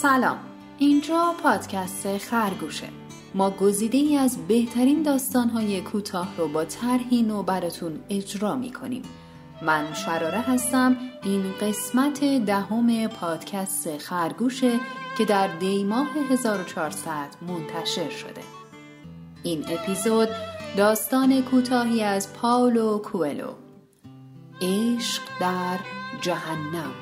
سلام، اینجا پادکست خرگوشه. ما گزیده‌ای از بهترین داستان‌های کوتاه رو با طرحی نو براتون اجرا می‌کنیم. من شراره هستم. این قسمت 10 پادکست خرگوشه که در دی‌ماه 1400 منتشر شده. این اپیزود داستان کوتاهی از پائولو کوئلو، عشق در جهنم.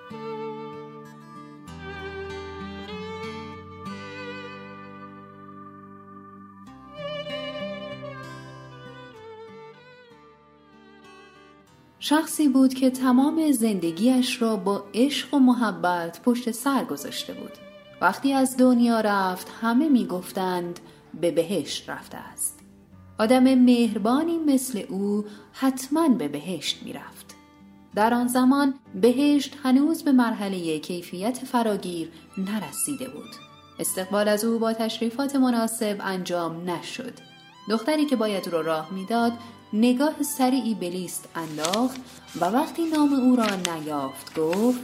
شخصی بود که تمام زندگیش را با عشق و محبت پشت سر گذاشته بود. وقتی از دنیا رفت همه می گفتند به بهشت رفته است. آدم مهربانی مثل او حتما به بهشت می رفت. در آن زمان بهشت هنوز به مرحله کیفیت فراگیر نرسیده بود. استقبال از او با تشریفات مناسب انجام نشد. دختری که باید رو راه میداد نگاه سریعی به لیست انداخت و وقتی نام او را نیافت گفت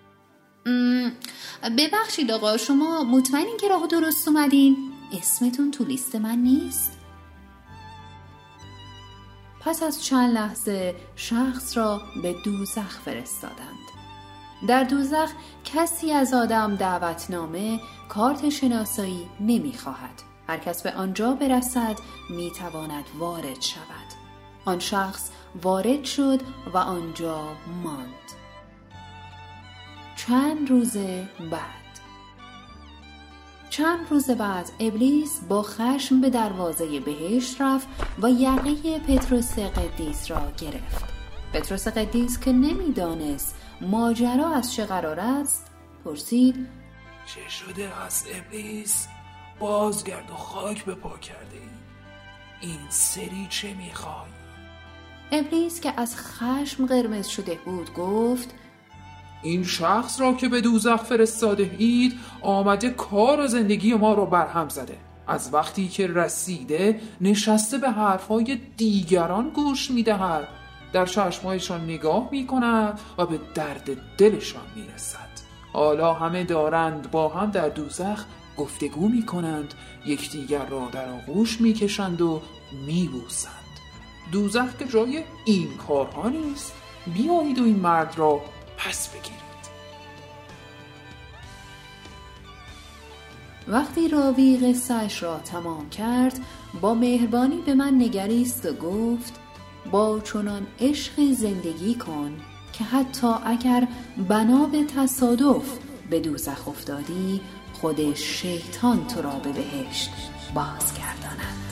ببخشید آقا، شما مطمئنین که راه درست اومدین؟ اسمتون تو لیست من نیست؟ پس از چند لحظه شخص را به دوزخ فرستادند. در دوزخ کسی از آدم دعوتنامه، کارت شناسایی نمیخواهد. هر کس به آنجا برسد میتواند وارد شود. آن شخص وارد شد و آنجا ماند. چند روز بعد ابلیس با خشم به دروازه بهشت رفت و یقه پطرس قدیس را گرفت. پطرس قدیس که نمیدانست ماجرا از چه قرار است پرسید چه شده است ابلیس؟ بازگرد و خاک به پا کرده ای. این سری چه میخوای؟ ابلیس که از خشم قرمز شده بود گفت این شخص را که به دوزخ فرستاده اید آمده کار و زندگی ما را برهم زده. از وقتی که رسیده نشسته به حرفهای دیگران گوش میدهد، در چشمایشان نگاه میکند و به درد دلشان میرسد. حالا همه دارند با هم در دوزخ گفتگو میکنند، یکدیگر را در آغوش میکشند و میبوسند. دوزخ که جای این کارها نیست. بیایید و این مرد را پس بگیرید. وقتی راوی قصه‌اش را تمام کرد با مهربانی به من نگریست و گفت با چنان عشق زندگی کن که حتی اگر بنا به تصادف به دوزخ افتادی خود شیطان تو را به بهشت بازگرداند.